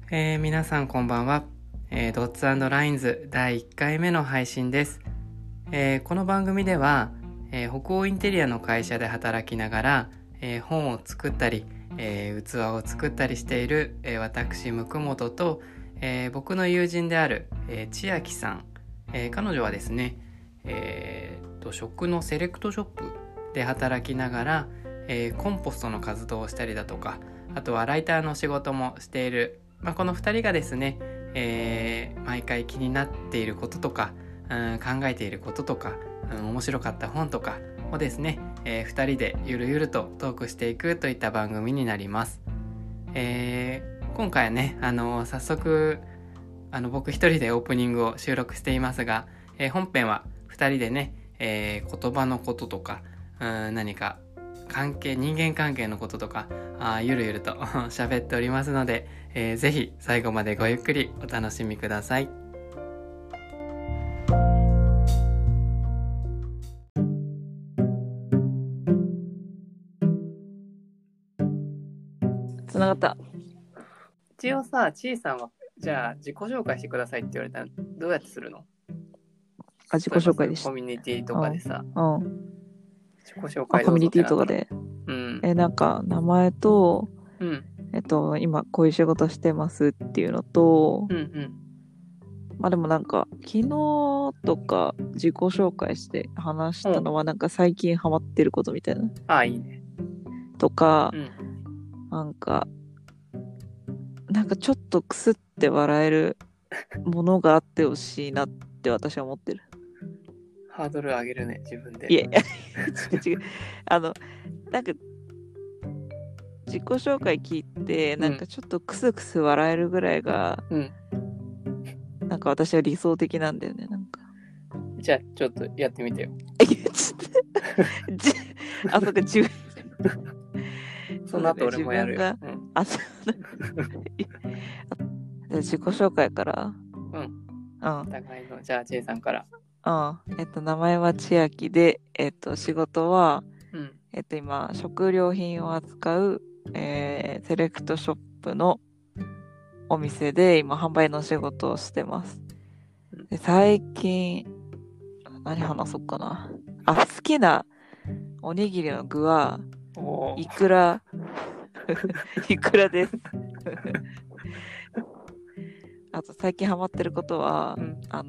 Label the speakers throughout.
Speaker 1: 皆さんこんばんは。ドッツ&ラインズ第1回目の配信です。この番組では、北欧インテリアの会社で働きながら、本を作ったり、器を作ったりしている、私向本と、僕の友人である、千秋さん、彼女はですね、食のセレクトショップで働きながら、コンポストの活動をしたりだとか、あとはライターの仕事もしている、この2人がですね、毎回気になっていることとか、考えていることとか、面白かった本とかをですね、2人でゆるゆるとトークしていくといった番組になります。今回はね、早速僕一人でオープニングを収録していますが、本編は2人でね、言葉のこととか、何か人間関係のこととかゆるゆると喋っておりますので、ぜひ最後までごゆっくりお楽しみください。
Speaker 2: つながった。
Speaker 1: 一応さ、ちいさんはじゃあ自己紹介してくださいって言われたらどうやってするの？
Speaker 2: 自己紹介でした。
Speaker 1: コミュニティとかでさ、自己紹介
Speaker 2: コミュニティとかで、なんか名前と、今こういう仕事してますっていうのと、でもなんか昨日とか自己紹介して話したのはなんか最近ハマってることみたいな。
Speaker 1: いいね。
Speaker 2: とか、なんかちょっとクスって笑えるものがあってほしいなって私は思ってる。
Speaker 1: ハードル上げるね、自分で。
Speaker 2: いや違うなんか自己紹介聞いてなんかちょっとクスクス笑えるぐらいが、なんか私は理想的なんだよね。なんか
Speaker 1: じゃあちょっとやってみてよ。
Speaker 2: あ、そっか、自分
Speaker 1: その後俺もやるよ。
Speaker 2: 自己紹介から。
Speaker 1: お互いの、じゃあチェイさんから。
Speaker 2: 名前は千秋で、仕事は、今食料品を扱う、セレクトショップのお店で今販売の仕事をしてます。で最近何話そうかな。好きなおにぎりの具はいくらいくらですあと最近ハマってることは、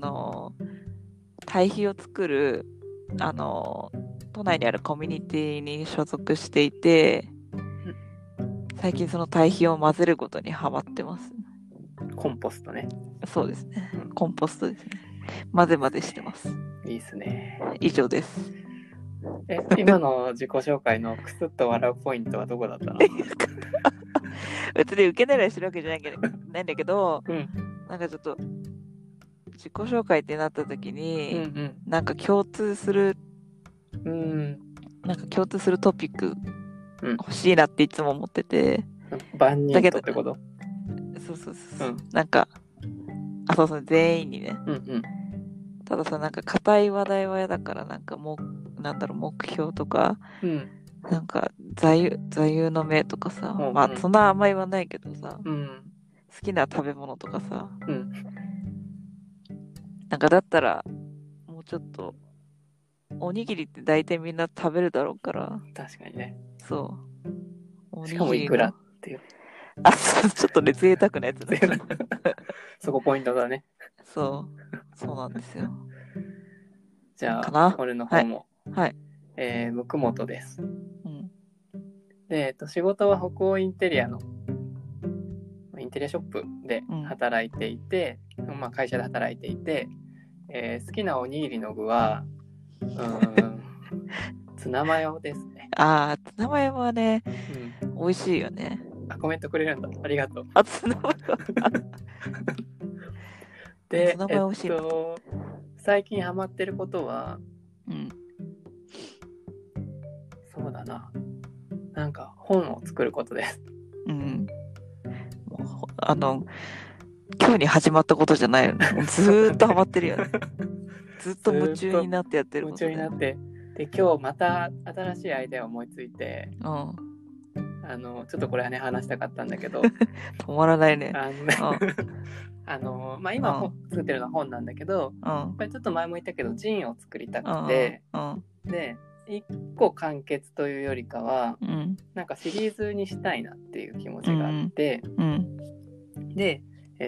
Speaker 2: 堆肥を作る都内にあるコミュニティに所属していて、最近その堆肥を混ぜることにハマってます。
Speaker 1: コンポストね。
Speaker 2: そうですね、コンポストですね。混ぜしてます。
Speaker 1: いいですね。
Speaker 2: 以上です。
Speaker 1: 今の自己紹介のクスッと笑うポイントはどこだったの？
Speaker 2: 別に受け狙いしてるわけじゃないんだけど、なんかちょっと自己紹介ってなった時に、なんか共通するトピック欲しいなっていつも思ってて、
Speaker 1: 万人とってこと？
Speaker 2: そう、なんかそう全員にね、たださ、なんか硬い話題は嫌だから、なんか目標とか、なんか座右の銘とかさ、そんなあんま言わないけどさ、好きな食べ物とかさ、なんかだったらもうちょっとおにぎりって大体みんな食べるだろうから。
Speaker 1: 確かにね。
Speaker 2: そう。
Speaker 1: しかもいくらっていう。
Speaker 2: ちょっとね、贅沢なやつだ。
Speaker 1: そこポイントだね。
Speaker 2: そうなんですよ。
Speaker 1: じゃあ、俺の方も。
Speaker 2: はい。
Speaker 1: 向本です。で、仕事は北欧インテリアのインテリアショップで働いていて、会社で働いていて、好きなおにぎりの具はツナマヨですね。
Speaker 2: ツナマヨはね、美味しいよね。
Speaker 1: コメントくれるんだ。ありがとう。
Speaker 2: ツナマヨ
Speaker 1: で、最近ハマってることは、そうだな。なんか本を作ることです。
Speaker 2: 今日に始まったことじゃないよね。ずーっとハマってるよね。ずっと夢中になってやってることで。
Speaker 1: 夢中になって。で、今日また新しいアイデアを思いついて、 ちょっとこれはね話したかったんだけど
Speaker 2: 止まらないね。
Speaker 1: 今作ってるのは本なんだけど、これちょっと前も言ったけどジンを作りたくて、で一個完結というよりかは、なんかシリーズにしたいなっていう気持ちがあって、で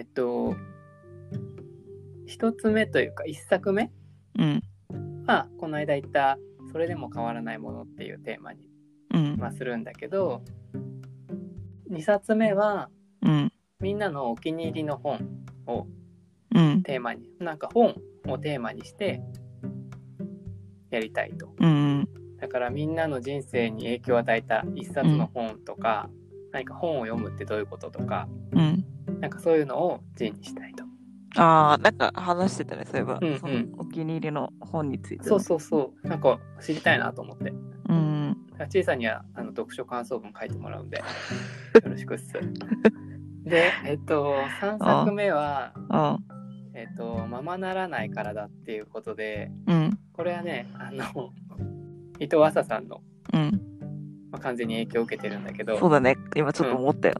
Speaker 1: 一つ目というか一作目はこの間言ったそれでも変わらないものっていうテーマに、するんだけど、2冊目は、みんなのお気に入りの本をテーマに、なんか本をテーマにしてやりたいと、だからみんなの人生に影響を与えた一冊の本とか、何か本を読むってどういうこととか、なんかそういうのを字にしたいと。
Speaker 2: なんか話してたね、そういえば、そのお気に入りの本について、ね。
Speaker 1: そうなんか知りたいなと思って、小さには読書感想文書いてもらうんでよろしくっす。で3作目はままならない体っていうことで、これはね伊藤浅さんの、完全に影響を受けてるんだけど。
Speaker 2: そうだね、今ちょっと思ったよ。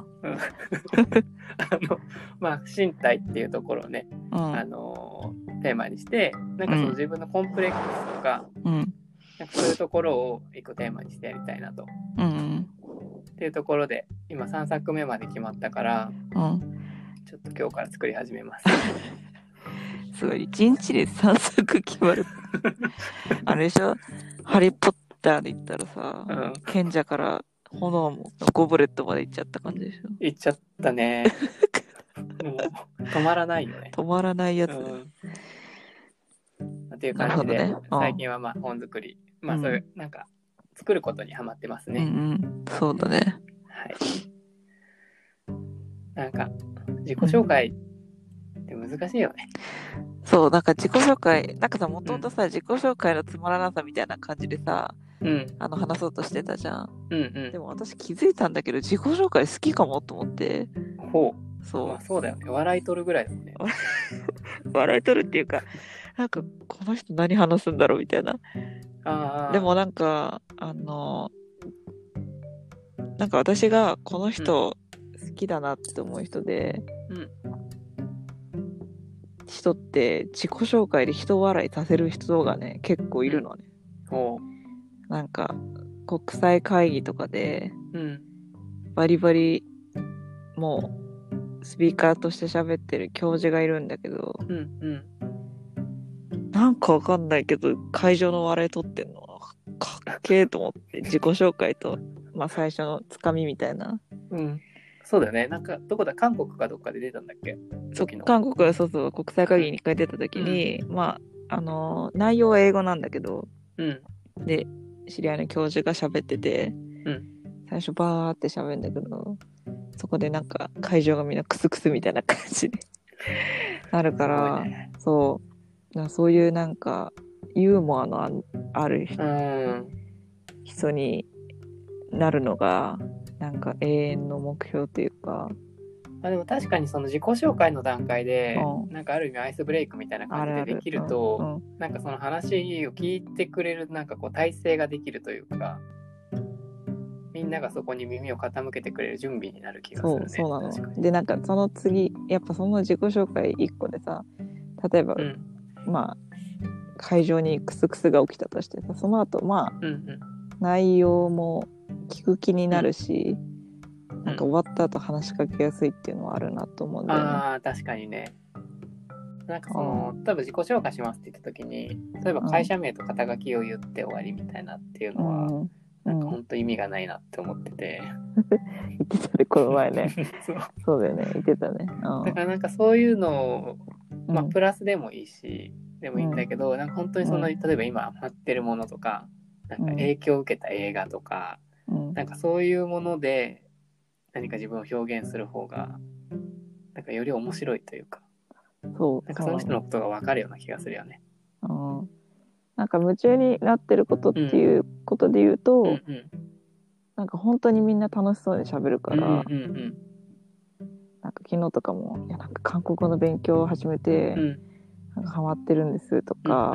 Speaker 1: 身体っていうところをね、テーマにして、なんかその自分のコンプレックスとか、なんかそういうところを一個テーマにしてやりたいなと、っていうところで今3作目まで決まったから、ちょっと今日から作り始めます。
Speaker 2: すごい、1日で3作決まる。あれでしょ、ハリーポッターで言ったらさ、賢者から炎もゴブレットまで行っちゃった感じでしょ。
Speaker 1: 行っちゃったね。もう止まらないよね。
Speaker 2: 止まらないやつ、
Speaker 1: っていう感じで、ね、最近は本作り、そういうなんか作ることにハマってますね。
Speaker 2: そうだね。
Speaker 1: はい。なんか自己紹介って難しいよね。
Speaker 2: そう、なんか自己紹介、なんかさ、もともとさ、自己紹介のつまらなさみたいな感じでさ、話そうとしてたじゃん。でも私気づいたんだけど、自己紹介好きかもと思って。
Speaker 1: そう。そうだよね。笑い取るぐらいだもんね。
Speaker 2: 笑い取るっていうか、なんかこの人何話すんだろうみたいな。でもなんかなんか私がこの人好きだなって思う人で、人って自己紹介で人笑いさせる人がね結構いるのね。なんか国際会議とかで、バリバリもうスピーカーとして喋ってる教授がいるんだけど、なんかわかんないけど会場の笑い取ってんのかっけえと思って、自己紹介と最初のつかみみたいな。
Speaker 1: そうだよね。なんかどこだ、韓国かどっかで出たんだっけ？
Speaker 2: 韓国はそう国際会議に1回出た時に、内容は英語なんだけど、で知り合いの教授が喋ってて、最初バーって喋るんだけど、そこでなんか会場がみんなクスクスみたいな感じになるから、そういうなんかユーモアのある人になるのがなんか永遠の目標というか。
Speaker 1: でも確かにその自己紹介の段階で、なんかある意味アイスブレイクみたいな感じでできると、なんかその話を聞いてくれるなんかこう体制ができるというか、みんながそこに耳を傾けてくれる準備になる気がするね。
Speaker 2: そうなの。でなんかその次やっぱその自己紹介1個でさ、例えば、会場にクスクスが起きたとしてさ、その後内容も聞く気になるし、なんか終わった後話しかけやすいっていうのはあるなと思うんだよね。
Speaker 1: 確かにね。なんかその例えば自己紹介しますって言った時に、例えば会社名と肩書きを言って終わりみたいなっていうのは、なんか本当意味がないなって思ってて。
Speaker 2: 言ってたね、この前ね。そうだよね、言ってたね。
Speaker 1: だからなんかそういうのを、プラスでもいいし、でもいいんだけど、なんか本当にその、例えば今ハマってるものとか、なんか影響を受けた映画とか、なんかそういうもので何か自分を表現する方がなんかより面白いというか、なんかその人のことが分かるような気がするよね。
Speaker 2: なんか夢中になってることっていうことで言うと、なんか本当にみんな楽しそうに喋るから、なんか昨日とかもなんか韓国語の勉強を始めて、なんかハマってるんですとか、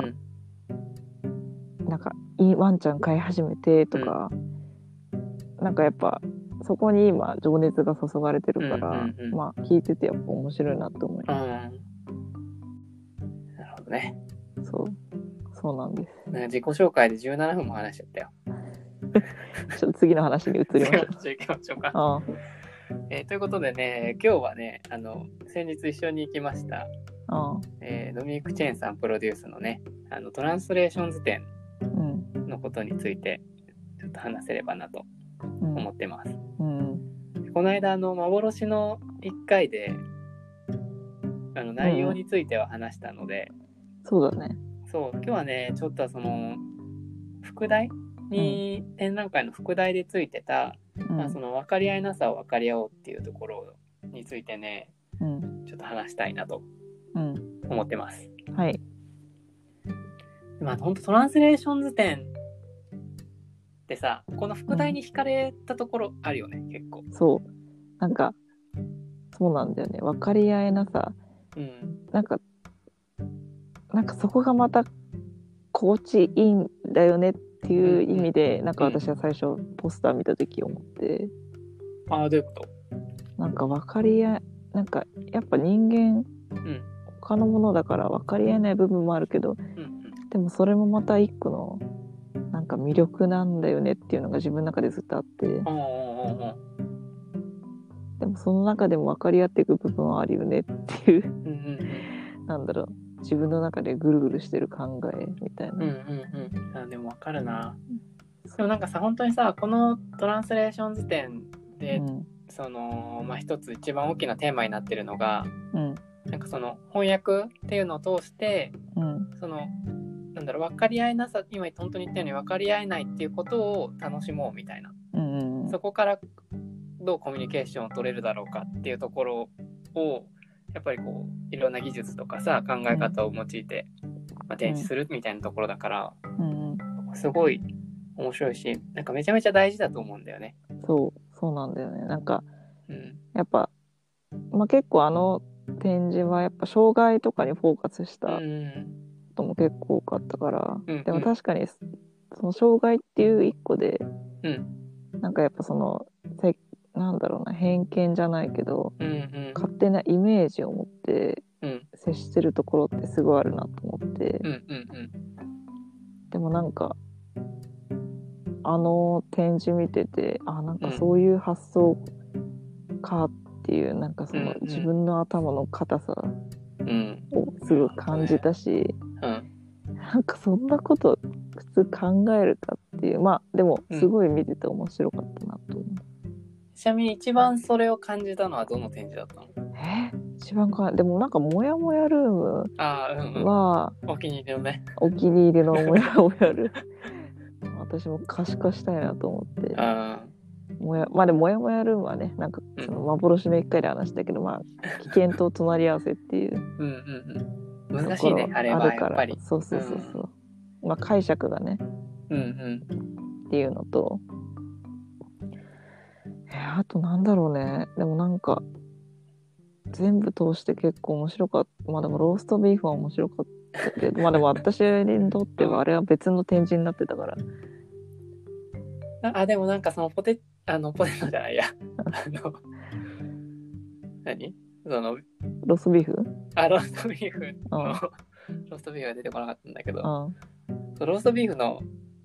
Speaker 2: なんかいいワンちゃん飼い始めてとか、なんかやっぱそこに今情熱が注がれてるから、
Speaker 1: うんうんうん、
Speaker 2: まあ聞いててやっぱ面白いなと思います。
Speaker 1: なるほどね。
Speaker 2: そうなんです。
Speaker 1: 自己紹介で17分も話しちゃったよ。
Speaker 2: ちょっと次の話に移りましょう。
Speaker 1: 行きましょうか。ということでね、今日はね、先日一緒に行きました、ドミニク・チェーンさんプロデュースのね、トランスレーションズ展のことについてちょっと話せればなと思ってます。この間幻の1回で内容については話したので、
Speaker 2: そうだね。
Speaker 1: そう、今日はね、ちょっとその副題に、展覧会の副題でついてた、その分かり合いなさを分かり合おうっていうところについてね、ちょっと話したいなと思ってます。
Speaker 2: はい。
Speaker 1: まあ本当トランスレーションズ展ってさ、この副題に惹かれたところあるよね、結構。
Speaker 2: そう。なんかそうなんだよね。分かり合えなさ。なんかそこがまた心地いいんだよねっていう意味で、なんか私は最初ポスター見た時思って。
Speaker 1: どういうこと？
Speaker 2: なんか分かり合い、なんかやっぱ人間、他のものだから分かり合えない部分もあるけど、でもそれもまた一個のなんか魅力なんだよねっていうのが自分の中でずっとあって、でもその中でも分かり合っていく部分はあるよねっていう、なんだろう、自分の中でぐるぐるしてる考えみたいな。
Speaker 1: でも分かるな。でもなんかさ、本当にさ、このトランスレーションズ展で、その一つ一番大きなテーマになってるのが、なんかその翻訳っていうのを通して、そのなんだろう、分かり合えなさ、今本当に言ったように分かり合えないっていうことを楽しもうみたいな、そこからどうコミュニケーションを取れるだろうかっていうところをやっぱりこういろんな技術とかさ、考え方を用いて、展示するみたいなところだから、すごい面白いし、なんかめちゃめちゃ大事だと思うんだよね。
Speaker 2: そうなんだよね。なんか、やっぱ、結構展示はやっぱ障害とかにフォーカスしたことも結構多かったから、でも確かにその障害っていう一個で、なんかやっぱそのなんだろうな、偏見じゃないけど、勝手なイメージを持って接してるところってすごいあるなと思って、でもなんか展示見てて、なんかそういう発想かっていう、なんかその自分の頭の硬さをすごい感じたし、なんかそんなこと普通考えるかっていう、でもすごい見てて面白かったなと思う。
Speaker 1: ちなみに一番それを感じたのはどの展示だったの？
Speaker 2: 一番でもなんかモヤモヤルームは、
Speaker 1: お気に入りのね、
Speaker 2: お気に入りのモヤモヤルーム私も可視化したいなと思って、でもモヤモヤルームはね、なんかその幻の一回で話したけど、危険と隣り合わせっていう
Speaker 1: 難しいね、あれはやっぱり。
Speaker 2: そう、解釈がね、っていうのと、あとなんだろうね、でもなんか全部通して結構面白かった。でもローストビーフは面白かったけど、でも私にとってはあれは別の展示になってたから。
Speaker 1: でもなんかそのポテトじゃないや何？その
Speaker 2: ローストビーフ？
Speaker 1: ローストビーフのローストビーフは出てこなかったんだけど、ローストビーフの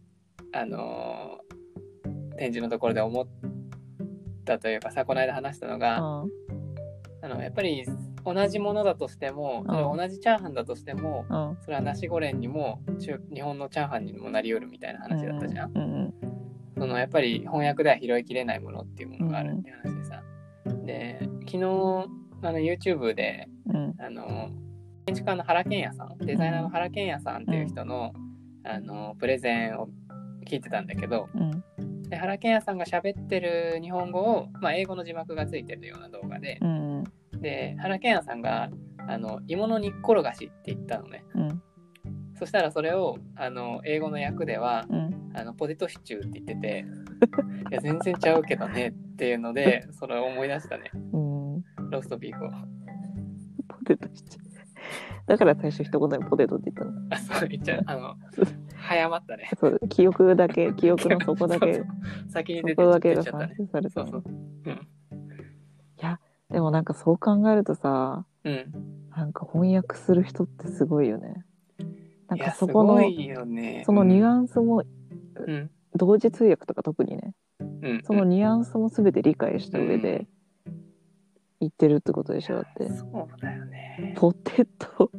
Speaker 1: 展示のところで思ったというかさ、この間話したのが、やっぱり同じものだとしても、同じチャーハンだとしても、それはナシゴレンにも日本のチャーハンにもなり得るみたいな話だったじゃん。そのやっぱり翻訳では拾いきれないものっていうものがあるっていう話でさ、で昨日YouTube で、建築家の原健也さん、デザイナーの原健也さんっていう人の、プレゼンを聞いてたんだけど、で原健也さんが喋ってる日本語を、英語の字幕がついてるような動画で、で原健也さんが芋の煮っころがしって言ったのね。そしたらそれを英語の訳では、ポテトシチューって言ってていや全然ちゃうけどねっていうのでそれを思い出したね。ローストビーフを
Speaker 2: ポテトシチューだから最初一言にポテトって言ったの。
Speaker 1: あ、そう言っちゃう。早まったね。
Speaker 2: そう記憶の底だけ
Speaker 1: そう先に出て
Speaker 2: そこだけが
Speaker 1: ちゃったね。
Speaker 2: 算出された、ね。
Speaker 1: そう。うん。
Speaker 2: いやでもなんかそう考えるとさ、
Speaker 1: うん。
Speaker 2: なんか翻訳する人ってすごいよね。なんかそこの、
Speaker 1: すごいよね、
Speaker 2: そのニュアンスも、
Speaker 1: うん、
Speaker 2: 同時通訳とか特にね、
Speaker 1: うん、
Speaker 2: そのニュアンスも全て理解した上で言ってるってことでしょ。だって
Speaker 1: そうだよね。
Speaker 2: ポテト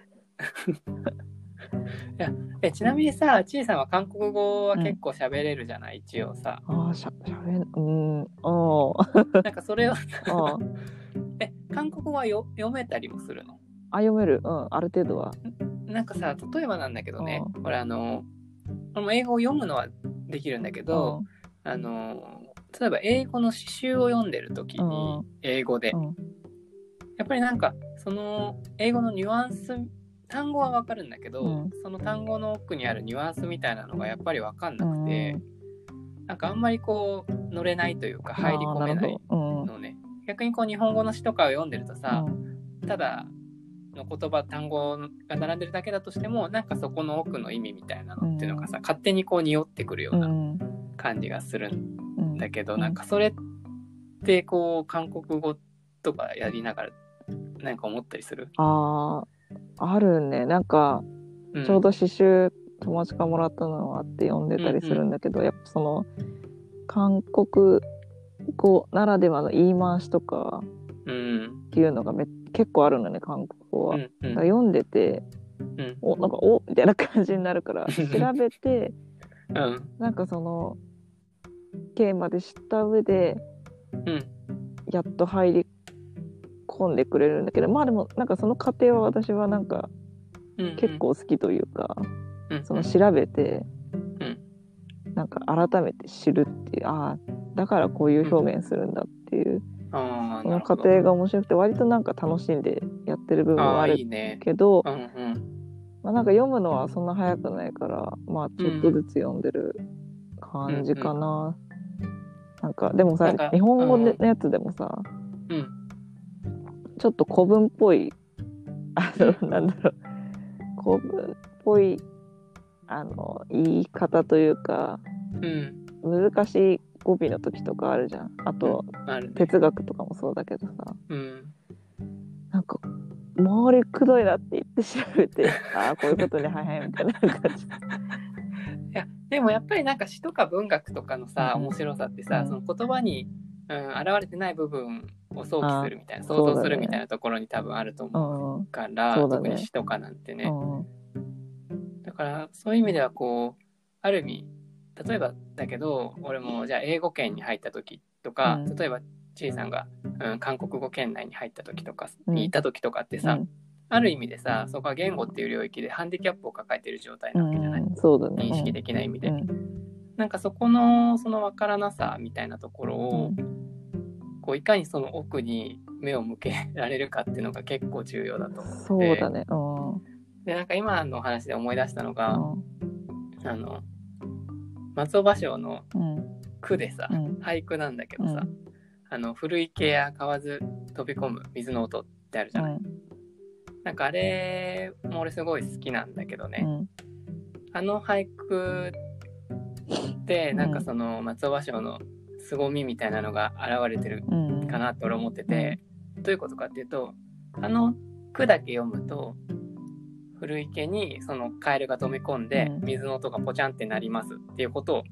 Speaker 1: いやちなみにさ、ちいさんは韓国語は結構喋れるじゃない、一応さ。
Speaker 2: しゃべん
Speaker 1: なんかそれを韓国語は読めたりもするの？
Speaker 2: 読める。ある程度は。
Speaker 1: なんかさ、例えばなんだけどね、これ英語を読むのはできるんだけど、例えば英語の詩集を読んでる時に、英語で、やっぱりなんかその英語のニュアンス、単語はわかるんだけど、その単語の奥にあるニュアンスみたいなのがやっぱりわかんなくて、なんかあんまりこう乗れないというか入り込めないのね。逆にこう日本語の詩とかを読んでるとさ、ただの言葉、単語が並んでるだけだとしても、なんかそこの奥の意味みたいなのっていうのがさ、勝手にこう匂ってくるような感じがするんだけど、なんかそれってこう韓国語とかやりながらなんか思ったりする？
Speaker 2: あるね。なんかちょうど詩集友達からもらったのがあって読んでたりするんだけど、やっぱその韓国語ならではの言い回しとかっていうのが結構あるのね、韓国語は。だから読んでて、なんかみたいな感じになるから調べて、なんかそのテーマで知った上で、やっと入り込んでくれるんだけど、まあでもなんかその過程は私はなんか結構好きというか、その調べて、なんか改めて知るっていう、だからこういう表現するんだっていう、その過程が面白くて割となんか楽しんでやってる部分はあるけど、まあ、なんか読むのはそんな早くないから、まあちょっとずつ読んでる感じかな。なんかでもさ、日本語のやつでもさ、ちょっと古文っぽいなんだろう、古文っぽい言い方というか、難しい語尾の時とかあるじゃん。あと、哲学とかもそうだけどさ、なんか周りくどいなって言って調べてこういうことにはいみたいな感じ。い
Speaker 1: やでもやっぱりなんか詩とか文学とかのさ、面白さってさ、その言葉に、現れてない部分を想起するみたいな、想像するみたいなところに多分あると思うから、特に詩とかなんてね。だからそういう意味ではこうある意味、例えばだけど俺もじゃあ英語圏に入った時とか、例えばちいさんが、韓国語圏内に入った時とかにいた時とかってさ、ある意味でさ、そこは言語っていう領域でハンディキャップを抱えている状態なわけじゃない、
Speaker 2: そうだね、
Speaker 1: 認識的な意味で、なんかそこのその分からなさみたいなところを、こういかにその奥に目を向けられるかっていうのが結構重要だと思って。
Speaker 2: そうだね。
Speaker 1: でなんか今の話で思い出したのが、松尾芭蕉の句でさ、俳句なんだけどさ、古池や河津飛び込む水の音ってあるじゃない、なんかあれも俺すごい好きなんだけどね、あの俳句ってなんかその松尾芭蕉の凄みみたいなのが現れてるかなって俺思ってて、どういうことかっていうと、あの句だけ読むと古池にそのカエルが飛び込んで水の音がポチャンってなりますっていうことを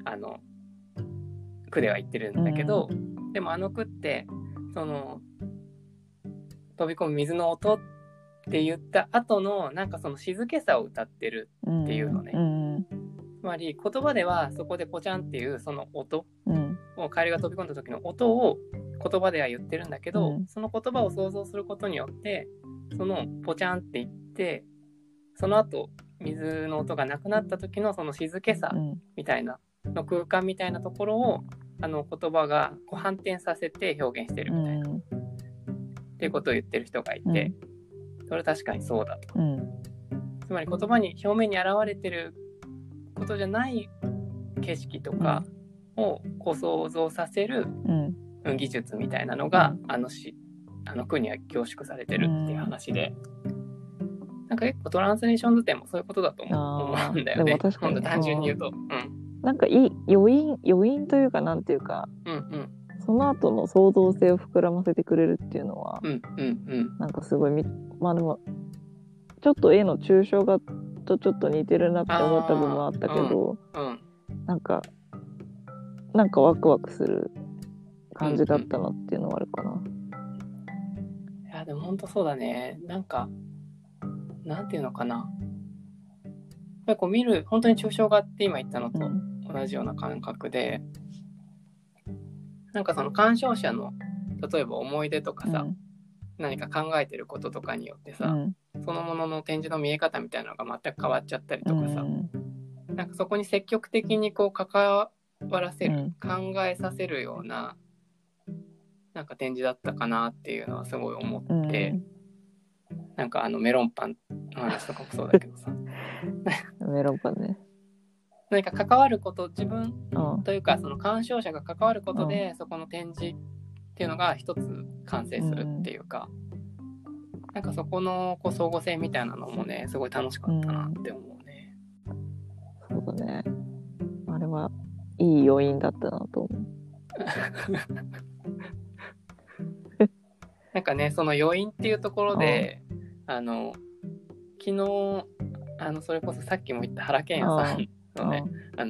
Speaker 1: 句では言ってるんだけど、でもあの句ってその飛び込む水の音って言った後のなんかその静けさを歌ってるっていうのね、つまり言葉ではそこでポチャンっていうその音を、カエルが飛び込んだ時の音を言葉では言ってるんだけど、その言葉を想像することによってそのポチャンって言って、その後水の音がなくなった時のその静けさみたいなの空間みたいなところを言葉がこう反転させて表現してるみたいな、っていうことを言ってる人がいて、それ確かにそうだと、つまり言葉に表面に現れてることじゃない景色とかをこう想像させる技術みたいなのがあの句には凝縮されてるっていう話で、 なんか結構トランスレーション図展もそういうことだと思うんだよね。
Speaker 2: でも確かに、
Speaker 1: ね、単純に言うと、
Speaker 2: なんか余韻というかなんていうか、その後の創造性を膨らませてくれるっていうのは、なんかすごいまあでもちょっと絵の抽象画とちょっと似てるなって思った部分もあったけど、なんかワクワクする感じだったなっていうのはあるかな。
Speaker 1: いやでも本当そうだね。なんかなんていうのかな。やっぱりこう見る本当に抽象画って今言ったのと同じような感覚で、なんかその鑑賞者の例えば思い出とかさ、何か考えてることとかによってさ、そのものの展示の見え方みたいなのが全く変わっちゃったりとかさ、なんかそこに積極的にこう関わらせる、考えさせるようななんか展示だったかなっていうのはすごい思って、なんかメロンパンの話とかもそうだけどさ
Speaker 2: メロンパンね、
Speaker 1: 何か関わること、自分というかその鑑賞者が関わることで、そこの展示っていうのが一つ完成するっていうか、なんかそこのこう相互性みたいなのもねすごい楽しかったなって思うね。
Speaker 2: そうだね、あれはいい余韻だったなと思う
Speaker 1: なんかね、その余韻っていうところで、昨日それこそさっきも言った原健也さんのね、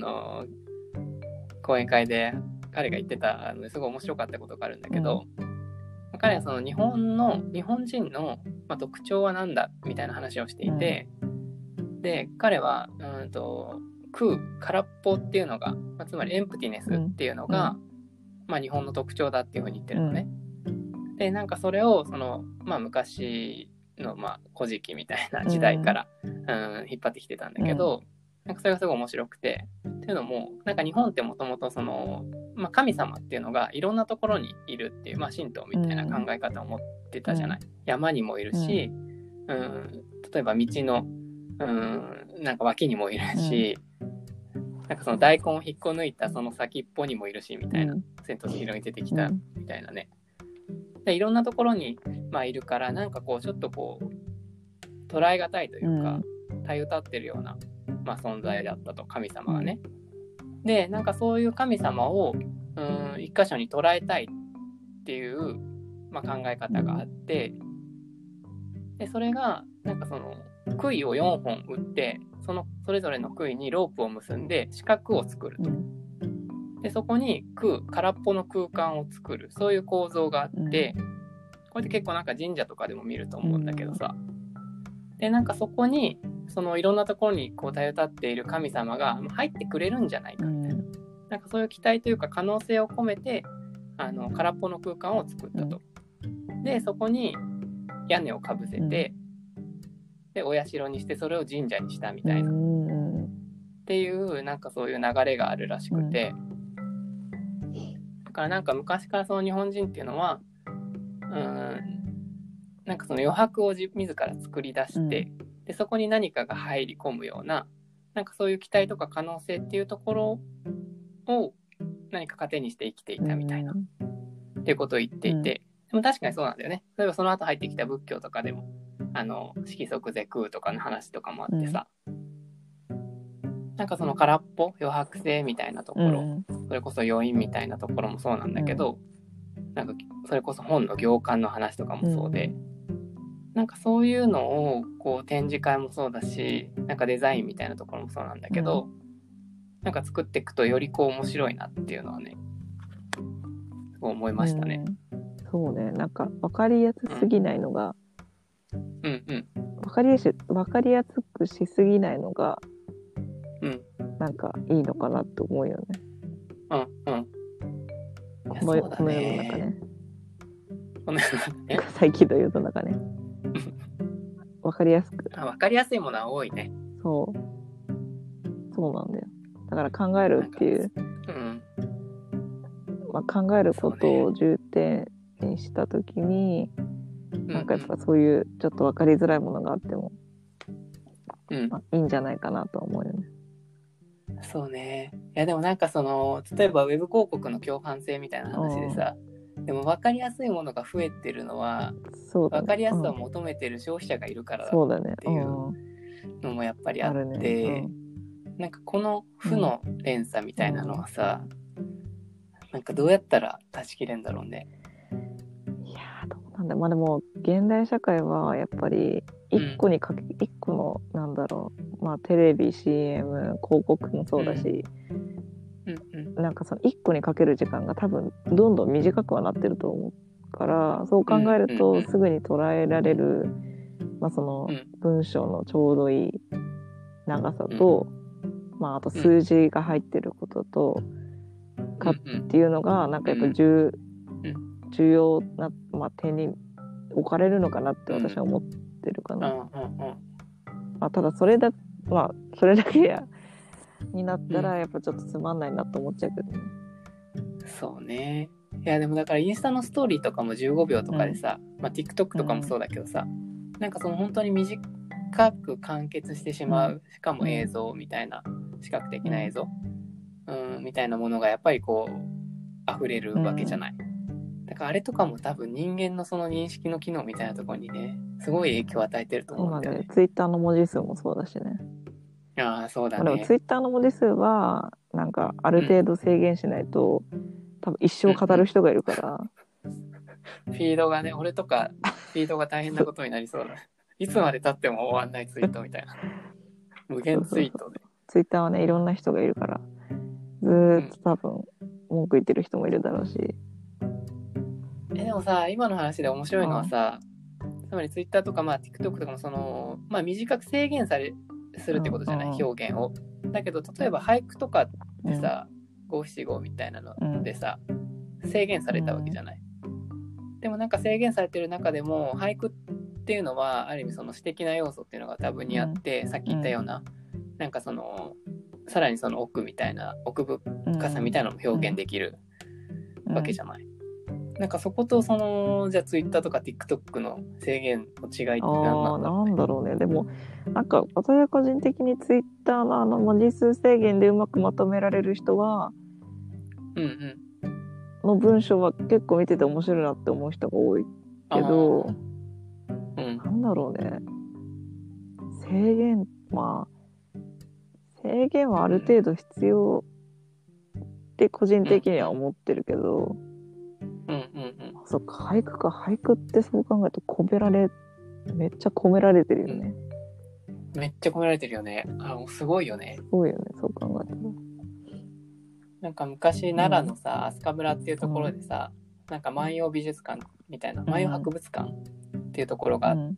Speaker 1: 講演会で彼が言ってたすごい面白かったことがあるんだけど、彼はその日本人の、特徴は何だみたいな話をしていて、で彼は空っぽっていうのが、つまりエンプティネスっていうのが、日本の特徴だっていうふうに言ってるのね。でなんかそれをその、昔の古事記みたいな時代から、引っ張ってきてたんだけど、なんかそれがすごい面白くて、っていうのもなんか日本ってもともとその、神様っていうのがいろんなところにいるっていう、神道みたいな考え方を持ってたじゃない。山にもいるし、例えば道のなんか脇にもいるし、なんかその大根を引っこ抜いたその先っぽにもいるしみたいな、千と千尋に出てきたみたいなね。でいろんなところに、いるから、なんかこうちょっとこう捉えがたいというか、たゆたってるような、存在だったと、神様がね。でなんかそういう神様を一箇所に捉えたいっていう、考え方があって、でそれがなんかその杭を4本打って、それぞれの杭にロープを結んで四角を作ると。でそこに空っぽの空間を作る、そういう構造があって、これって結構なんか神社とかでも見ると思うんだけどさ、でなんかそこにそのいろんなところにこうたゆたっている神様が入ってくれるんじゃないかみたいな、なんかそういう期待というか可能性を込めて空っぽの空間を作ったと。でそこに屋根をかぶせて、でお社にしてそれを神社にしたみたいな、っていうなんかそういう流れがあるらしくて、だからなんか昔からその日本人っていうのはなんかその余白を自ら作り出して、でそこに何かが入り込むような、なんかそういう期待とか可能性っていうところを何か糧にして生きていたみたいな、っていうことを言っていて、でも確かにそうなんだよね。例えばその後入ってきた仏教とかでも色即是空とかの話とかもあってさ、なんかその空っぽ余白性みたいなところ、それこそ余韻みたいなところもそうなんだけど、なんかそれこそ本の行間の話とかもそうで、なんかそういうのをこう展示会もそうだし、なんかデザインみたいなところもそうなんだけど、なんか作っていくとよりこう面白いなっていうのはね、そう思いましたね。
Speaker 2: そうね、なんか分かりやすすぎないのが、分かりやすくしすぎないのが、なんかいいのかなって思うよね。この世の中ね。最近の世の中ね。分かりやすく。
Speaker 1: 分かりやすいものは多いね。
Speaker 2: そうなんだよ。だから考えるっていう、考えることを重点にしたときに、なんかやっぱそういうちょっと分かりづらいものがあっても、いいんじゃないかなと思うよね。
Speaker 1: そうね。いやでもなんかその例えばウェブ広告の共犯性みたいな話でさ、 でも分かりやすいものが増えてるのは、
Speaker 2: そうだね、
Speaker 1: 分かりやすさを求めてる消費者がいるからだっていうのもやっぱりあって、なんかこの負の連鎖みたいなのはさ、なんかどうやったら断ち切れんだろうね。
Speaker 2: いやどうなんだ。まあでも現代社会はやっぱり一個のなんだろう、まあテレビ CM 広告もそうだし、なんかその一個にかける時間が多分どんどん短くはなってると思うから、そう考えるとすぐに捉えられる、まあその文章のちょうどいい長さと、まああと数字が入ってることとかっていうのがなんかやっぱ重要な、まあ、点に置かれるのかなって私は思ってるかな。まあ、ただそれだけやになったらやっぱちょっとつまんないなと思っちゃうけどね。
Speaker 1: そうね。いやでもだからインスタのストーリーとかも15秒とかでさ、まあ、TikTok とかもそうだけどさ、なんかその本当に短く完結してしまう、しかも映像みたいな、視覚的な映像、みたいなものがやっぱりこう溢れるわけじゃない。だからあれとかも多分人間のその認識の機能みたいなところにね、すごい影響を与えてると思うんだよね。
Speaker 2: ツイッターの文字数もそうだしね。
Speaker 1: ああ、そうだね。
Speaker 2: でもツイッターの文字数はなんかある程度制限しないと、多分一生語る人がいるから、
Speaker 1: フィードがね、俺とかフィードが大変なことになりそうだ。いつまで経っても終わんないツイートみたいな。無限ツイートで。
Speaker 2: ツイッターはね、いろんな人がいるから、ずーっと多分文句言ってる人もいるだろうし。
Speaker 1: でもさ、今の話で面白いのはさ、つまりツイッターとか、まあ、TikTok とかもその、まあ、短く制限するってことじゃない、表現を。だけど例えば俳句とかってさ、五七五みたいなのでさ、制限されたわけじゃない。でもなんか制限されてる中でも俳句っていうのはある意味その詩的な要素っていうのが多分にあって、さっき言ったようななんかそのさらにその奥みたいな奥深さみたいなのも表現できるわけじゃない。なんかそことそのじゃあ Twitter とか TikTok の制限の違いって
Speaker 2: なんだろうね。でもなんか私は個人的に Twitter の文字数制限でうまくまとめられる人は、の文章は結構見てて面白いなって思う人が多いけど、なんだろうね。制限はある程度必要って個人的には思ってるけど、そっか、俳句ってそう考えるとめっちゃ込められてるよね。
Speaker 1: めっちゃ込められてるよね。すごいよね。
Speaker 2: すごいよね、そう考えたら。
Speaker 1: なんか昔奈良のさ、飛鳥村っていうところでさ、なんか万葉美術館みたいな、万葉博物館っていうところがあって、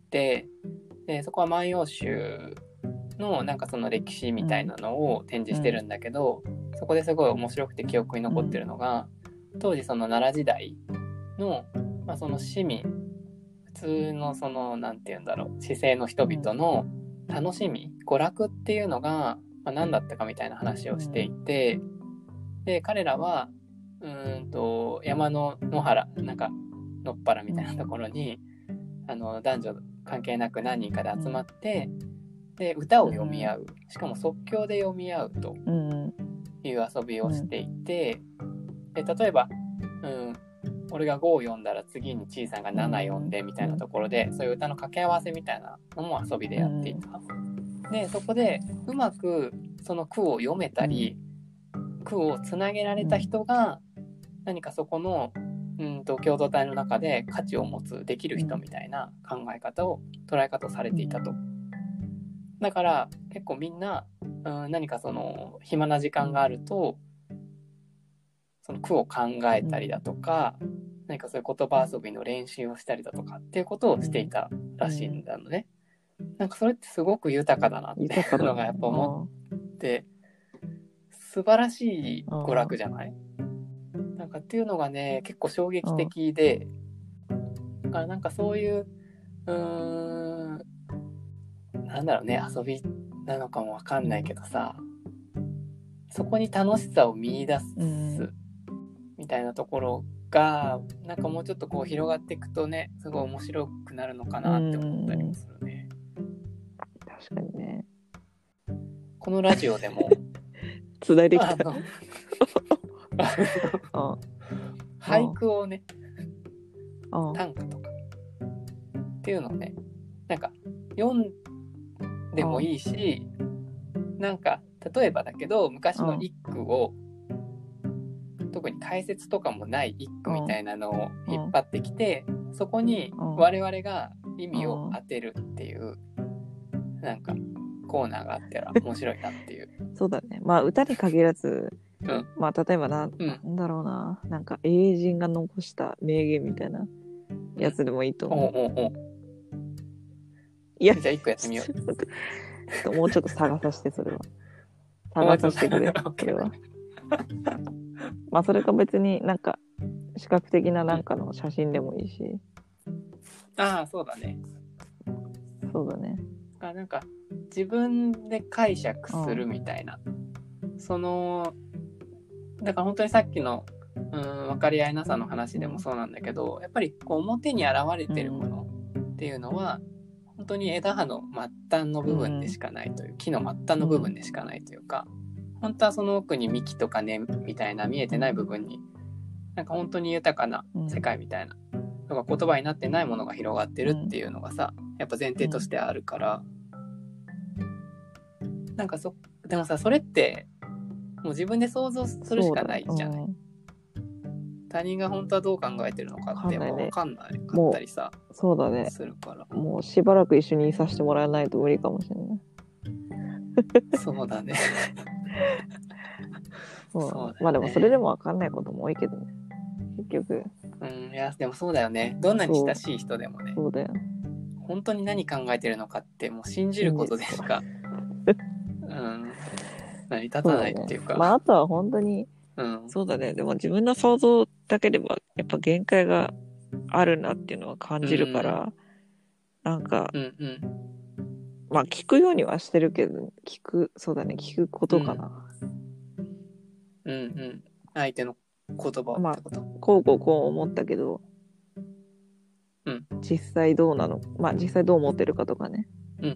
Speaker 1: でそこは万葉集のなんかその歴史みたいなのを展示してるんだけど、そこですごい面白くて記憶に残ってるのが、当時その奈良時代の、まあ、その市民、普通のそのなんていうんだろう、市井の人々の楽しみ、娯楽っていうのが、まあ、何だったかみたいな話をしていて、で彼らは山の野原、なんか野っ原みたいなところに男女関係なく何人かで集まって、で歌を読み合う、しかも即興で読み合うという遊びをしていて、で例えば、俺が5を読んだら次にちいさんが7読んでみたいなところで、そういう歌の掛け合わせみたいなのも遊びでやっていた。でそこでうまくその句を読めたり、句をつなげられた人が何かそこの共同体の中で価値を持つできる人みたいな考え方を捉え方をされていたと。だから結構みんな、何かその暇な時間があるとその句を考えたりだとか、何かそういう言葉遊びの練習をしたりだとかっていうことをしていたらしいんだのね。なんかそれってすごく豊かだなっていうのがやっぱ思って、素晴らしい娯楽じゃない？なんかっていうのがね、結構衝撃的で、だからなんかそういうなんだろうね、遊びなのかもわかんないけどさ、そこに楽しさを見出すみたいなところがなんかもうちょっとこう広がっていくとね、すごい面白くなるのかなって思ったりもするね。
Speaker 2: 確かにね。
Speaker 1: このラジオでも
Speaker 2: つないできた
Speaker 1: 俳句をね短歌とかっていうのをね、なんか読んでもいいし、なんか例えばだけど昔の一句を、特に解説とかもない一句みたいなのを引っ張ってきて、そこに我々が意味を当てるっていう、なんかコーナーがあったら面白いなっていう
Speaker 2: そうだね。まあ歌に限らず、まあ例えばなんだろうな、なんか英人が残した名言みたいなやつでもいいと思う。いや、
Speaker 1: じゃあ一個やってみよ
Speaker 2: う。もうちょっと探させて、それは。探させてくれ、それは。まあそれか別になんか視覚的ななんかの写真でもいいし。
Speaker 1: ああ、そうだね。
Speaker 2: そうだね。
Speaker 1: なんか自分で解釈するみたいな、そのだから本当にさっきの分かり合いなさの話でもそうなんだけど、やっぱりこう表に現れてるものっていうのは、本当に枝葉の末端の部分でしかないという、木の末端の部分でしかないというか、本当はその奥に幹とか根みたいな見えてない部分に、なんか本当に豊かな世界みたいなのが言葉になってないものが広がってるっていうのがさ、やっぱ前提としてあるから、なんかでもさ、それってもう自分で想像するしかないじゃない。他人が本当はどう考えてるのかって分かんないかったりさ、
Speaker 2: そうだね、
Speaker 1: するから、
Speaker 2: もうしばらく一緒にいさせてもらわないと無理かもしれない。
Speaker 1: そうだね。
Speaker 2: そうだね。まあでもそれでも分かんないことも多いけどね、結局。
Speaker 1: いやでもそうだよね。どんなに親しい人でもね、
Speaker 2: そうだよ。
Speaker 1: 本当に何考えてるのかってもう信じることでしか成り立たないっていうか。
Speaker 2: まああとは本当に、そうだね。でも自分の想像だけではやっぱ限界があるなっていうのは感じるから、なんか、まあ聞くようにはしてるけど、そうだね、聞くことかな。
Speaker 1: 相手の言葉ってこと。
Speaker 2: こう思ったけど、実際どうなの、まあ実際どう思ってるかとかね。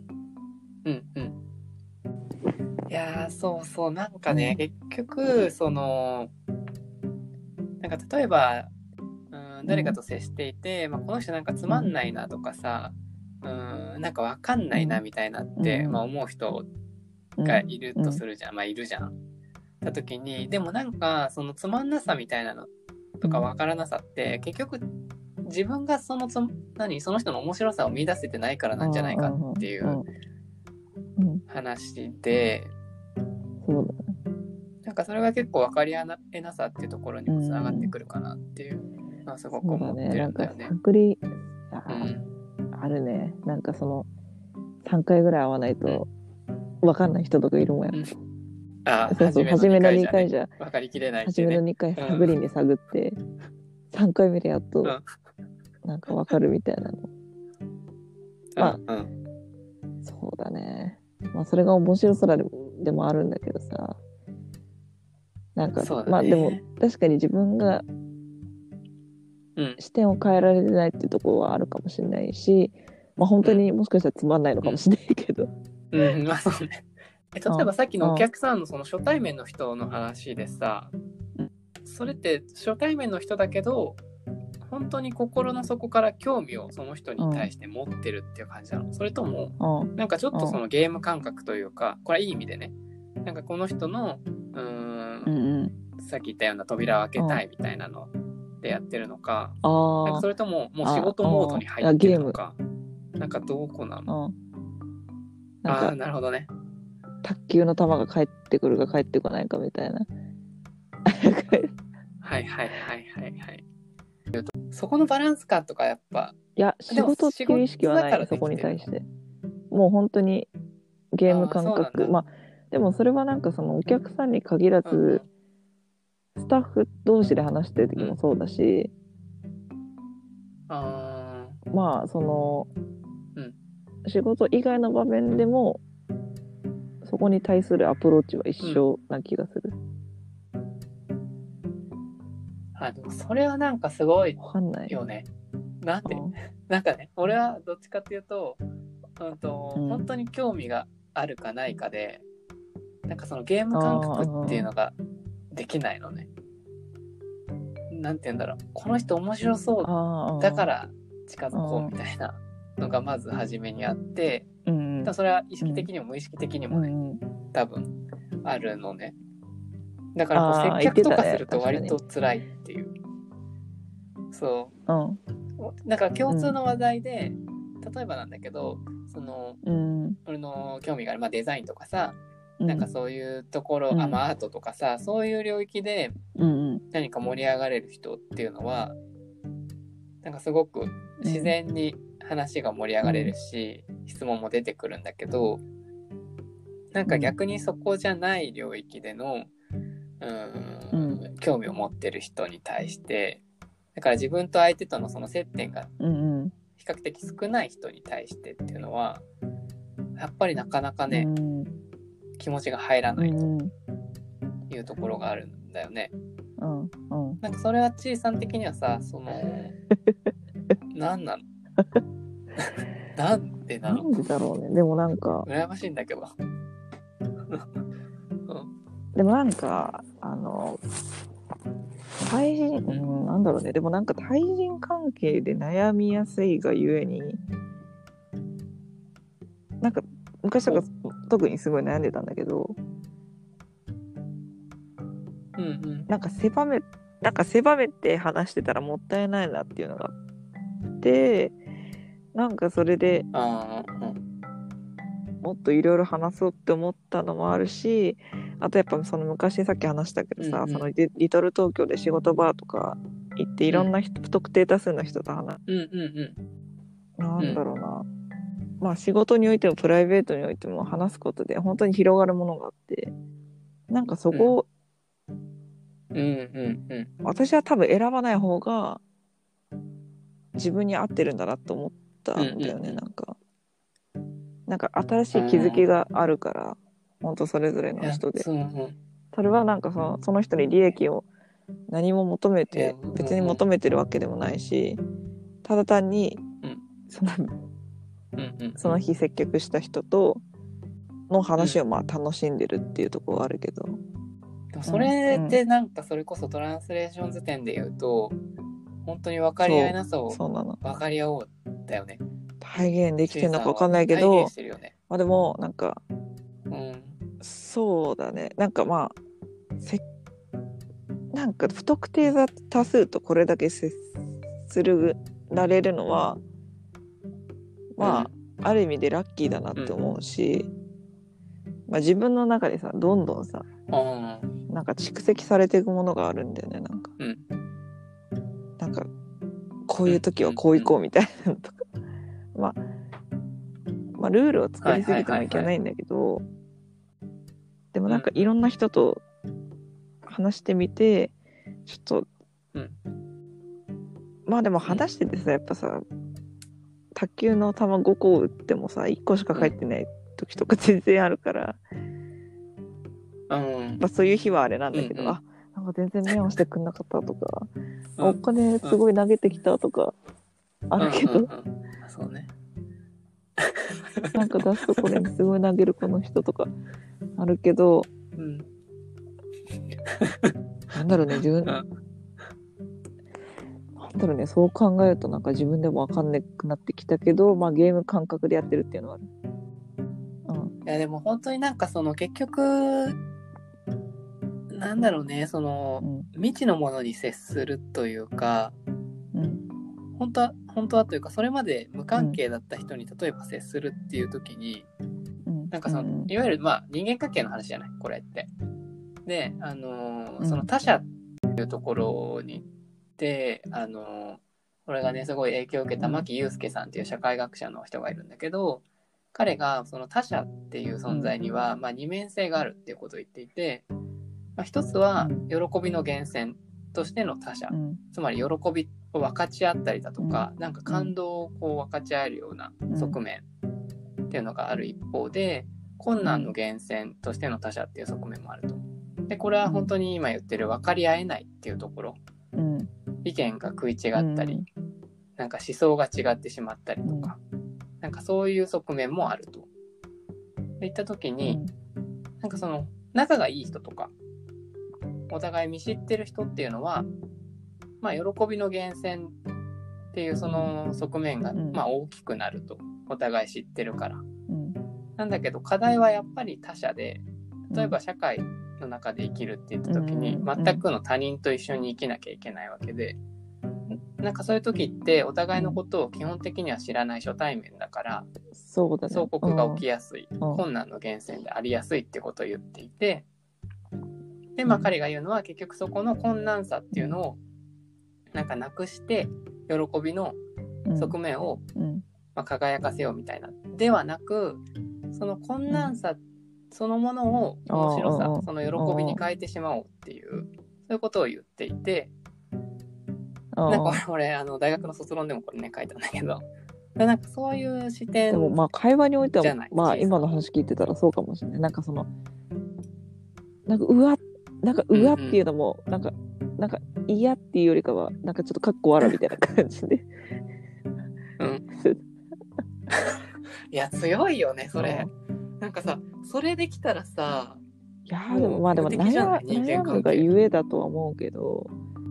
Speaker 1: いやそうなんかね、結局そのなんか例えば誰かと接していて、この人なんかつまんないなとかさ、なんかわかんないなみたいなって、思う人がいるとするじゃん、いるじゃん。た時にでもなんかそのつまんなさみたいなのとかわからなさって結局自分がその人の面白さを見出せてないからなんじゃないかっていう話で、なんかそれが結構分かり合えなさっていうところにもつながってくるかなっていうのはすごく思ってるんだよね。
Speaker 2: あるね。なんかその3回ぐらい会わないと分かんない人とかいるもんや。初めの2回じゃ
Speaker 1: 分かりきれない、
Speaker 2: 初めの2回探りに探って、3回目でやっとなんか分かるみたいなの。そうだね。まあそれが面白さでもあるんだけどさ。なんか、まあでも確かに自分が視点を変えられてないっていうところはあるかもしれないし、まあ本当にもしかしたらつまんないのかもしれないけど。
Speaker 1: まあそうね。例えばさっきのお客さんのその初対面の人の話でさ、それって初対面の人だけど本当に心の底から興味をその人に対して持ってるっていう感じなの？それともなんかちょっとそのゲーム感覚というか、これはいい意味でね、なんかこの人のさっき言ったような扉を開けたいみたいなのでやってるのか、なんかそれとももう仕事モードに入ってるのか、なんかどこなの？なるほどね。
Speaker 2: 卓球の球が返ってくるか返ってこないかみたいな。
Speaker 1: はい。そこのバランス感とかやっぱ、
Speaker 2: いや仕事っていう意識はない、そこに対して。もう本当にゲーム感覚。まあでもそれはなんかそのお客さんに限らず、スタッフ同士で話してる時もそうだし、まあその、仕事以外の場面でもそこに対するアプローチは一緒な気がする。
Speaker 1: でもそれはなんかすごい
Speaker 2: わかんない
Speaker 1: よね。なんかね、俺はどっちかっていうと、本当に興味があるかないかで、なんかそのゲーム感覚っていうのができないのね。 なんて言うんだろう、この人面白そうだから近づこうみたいなのがまず初めにあって、多分それは意識的にも無意識的にもね、多分あるのね。だからこう接客とかすると割と辛いっていう。そう。なんか共通の話題で、例えばなんだけど、その、俺の興味がある、まあ、デザインとかさ、なんかそういうところ、まあ、アートとかさ、そういう領域で何か盛り上がれる人っていうのは、なんかすごく自然に話が盛り上がれるし、質問も出てくるんだけど、なんか逆にそこじゃない領域での興味を持ってる人に対して、だから自分と相手とのその接点が比較的少ない人に対してっていうのはやっぱりなかなかね、気持ちが入らないというところがあるんだよね。なんかそれはちいさん的にはさ、その何なのなんでなの？
Speaker 2: なんでだろうね。でもなんか
Speaker 1: 羨ましいんだけど
Speaker 2: でもなんか対人、なんだろうね。でもなんか対人関係で悩みやすいがゆえに、なんか昔とか特にすごい悩んでたんだけど、なんか狭めて話してたらもったいないなっていうのがあって、なんかそれでもっといろいろ話そうって思ったのもあるし、あとやっぱその昔さっき話したけどさ、そのリトル東京で仕事バーとか行っていろんな人、不特定多数の人と話なんだろうな、まあ仕事においてもプライベートにおいても話すことで本当に広がるものがあって、なんかそこを、私は多分選ばない方が自分に合ってるんだなと思ったんだよね。なんか新しい気づきがあるから、本当それぞれの人で、それはなんかその人に利益を何も求めて、別に求めてるわけでもないし、ただ単にその日接客した人との話をまあ楽しんでるっていうところはあるけど、
Speaker 1: でもそれってなんかそれこそトランスレーション図点で言うと本当に分かり合いなさを分かり合おうだよね。
Speaker 2: 体現できてるのか分かんないけど、まあでもなんか、そうだね、なんかまあなんか不特定多数とこれだけ接するられるのはまあ、ある意味でラッキーだなって思うし、まあ、自分の中でさどんどんさなんか蓄積されていくものがあるんだよね。なんかこういう時はこういこうみたいなのとか、まあルールを作りすぎてもいけないんだけど、でもなんかいろんな人と話してみてちょっと、まあでも話しててさ、やっぱさ卓球の球5個打ってもさ1個しか返ってない時とか全然あるから、まあ、そういう日はあれなんだけど、なんか全然目をしてくんなかったとか、お金すごい投げてきたとかあるけど、
Speaker 1: そうね
Speaker 2: なんか出すところにすごい投げるこの人とかあるけど、なんだろうね、自分、なんだろうね、そう考えるとなんか自分でも分かんなくなってきたけど、まあゲーム感覚でやってるっていうのはある。
Speaker 1: いやでも本当になんかその結局なんだろうね、その、未知のものに接するというか、本当はというかそれまで無関係だった人に例えば接するっていう時に、なんかそのいわゆるまあ人間関係の話じゃないこれって。でその他者っていうところに行って俺がねすごい影響を受けた牧祐介さんっていう社会学者の人がいるんだけど、彼がその他者っていう存在には、まあ、二面性があるっていうことを言っていて、まあ、一つは喜びの源泉としての他者、つまり喜びを分かち合ったりだとか、なんか感動をこう分かち合えるような側面っていうのがある一方で、困難の源泉としての他者っていう側面もあると。でこれは本当に今言ってる分かり合えないっていうところ、意見が食い違ったり、なんか思想が違ってしまったりとか、なんかそういう側面もあると。でいった時に、なんかその仲がいい人とかお互い見知ってる人っていうのは喜びの源泉っていうその側面が、大きくなるとお互い知ってるから、なんだけど課題はやっぱり他者で、例えば社会の中で生きるって言った時に、全くの他人と一緒に生きなきゃいけないわけで、なんかそういう時ってお互いのことを基本的には知らない初対面だから、
Speaker 2: そうだね、
Speaker 1: 相国が起きやすい、困難の源泉でありやすいってことを言っていて、で彼が言うのは結局そこの困難さっていうのをなんかなくして喜びの側面を輝かせようみたいな、ではなく、その困難さそのものを面白さ、その喜びに変えてしまおうっていう、そういうことを言っていて、なんか俺大学の卒論でもこれね書いたんだけど、なんかそういう視点
Speaker 2: でも会話においては今の話聞いてたらそうかもしれない。なんかそのなんかうわっていうのもなんか嫌っていうよりかはなんかちょっとかっこ笑みたいな感じで
Speaker 1: いや強いよねそれ。なんかさ、それできたらさ、
Speaker 2: いやでも悩むがゆえだとは思うけど、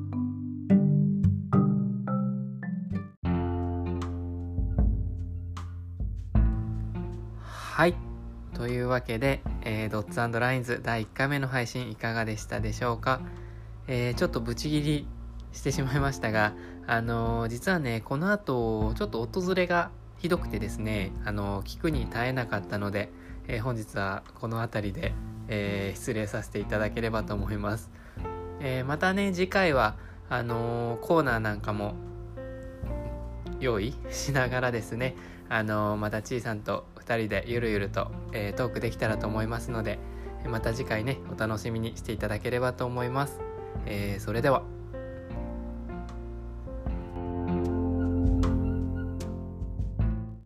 Speaker 1: はい、というわけで、ドッツ&ラインズ第1回目の配信いかがでしたでしょうか。ちょっとブチギリしてしまいましたが、実はねこの後ちょっと訪れがひどくてですね、聞くに耐えなかったので、本日はこの辺りで、失礼させていただければと思います。またね次回はコーナーなんかも用意しながらですね、またちいさんと2人でゆるゆると、トークできたらと思いますので、また次回ねお楽しみにしていただければと思います。それでは。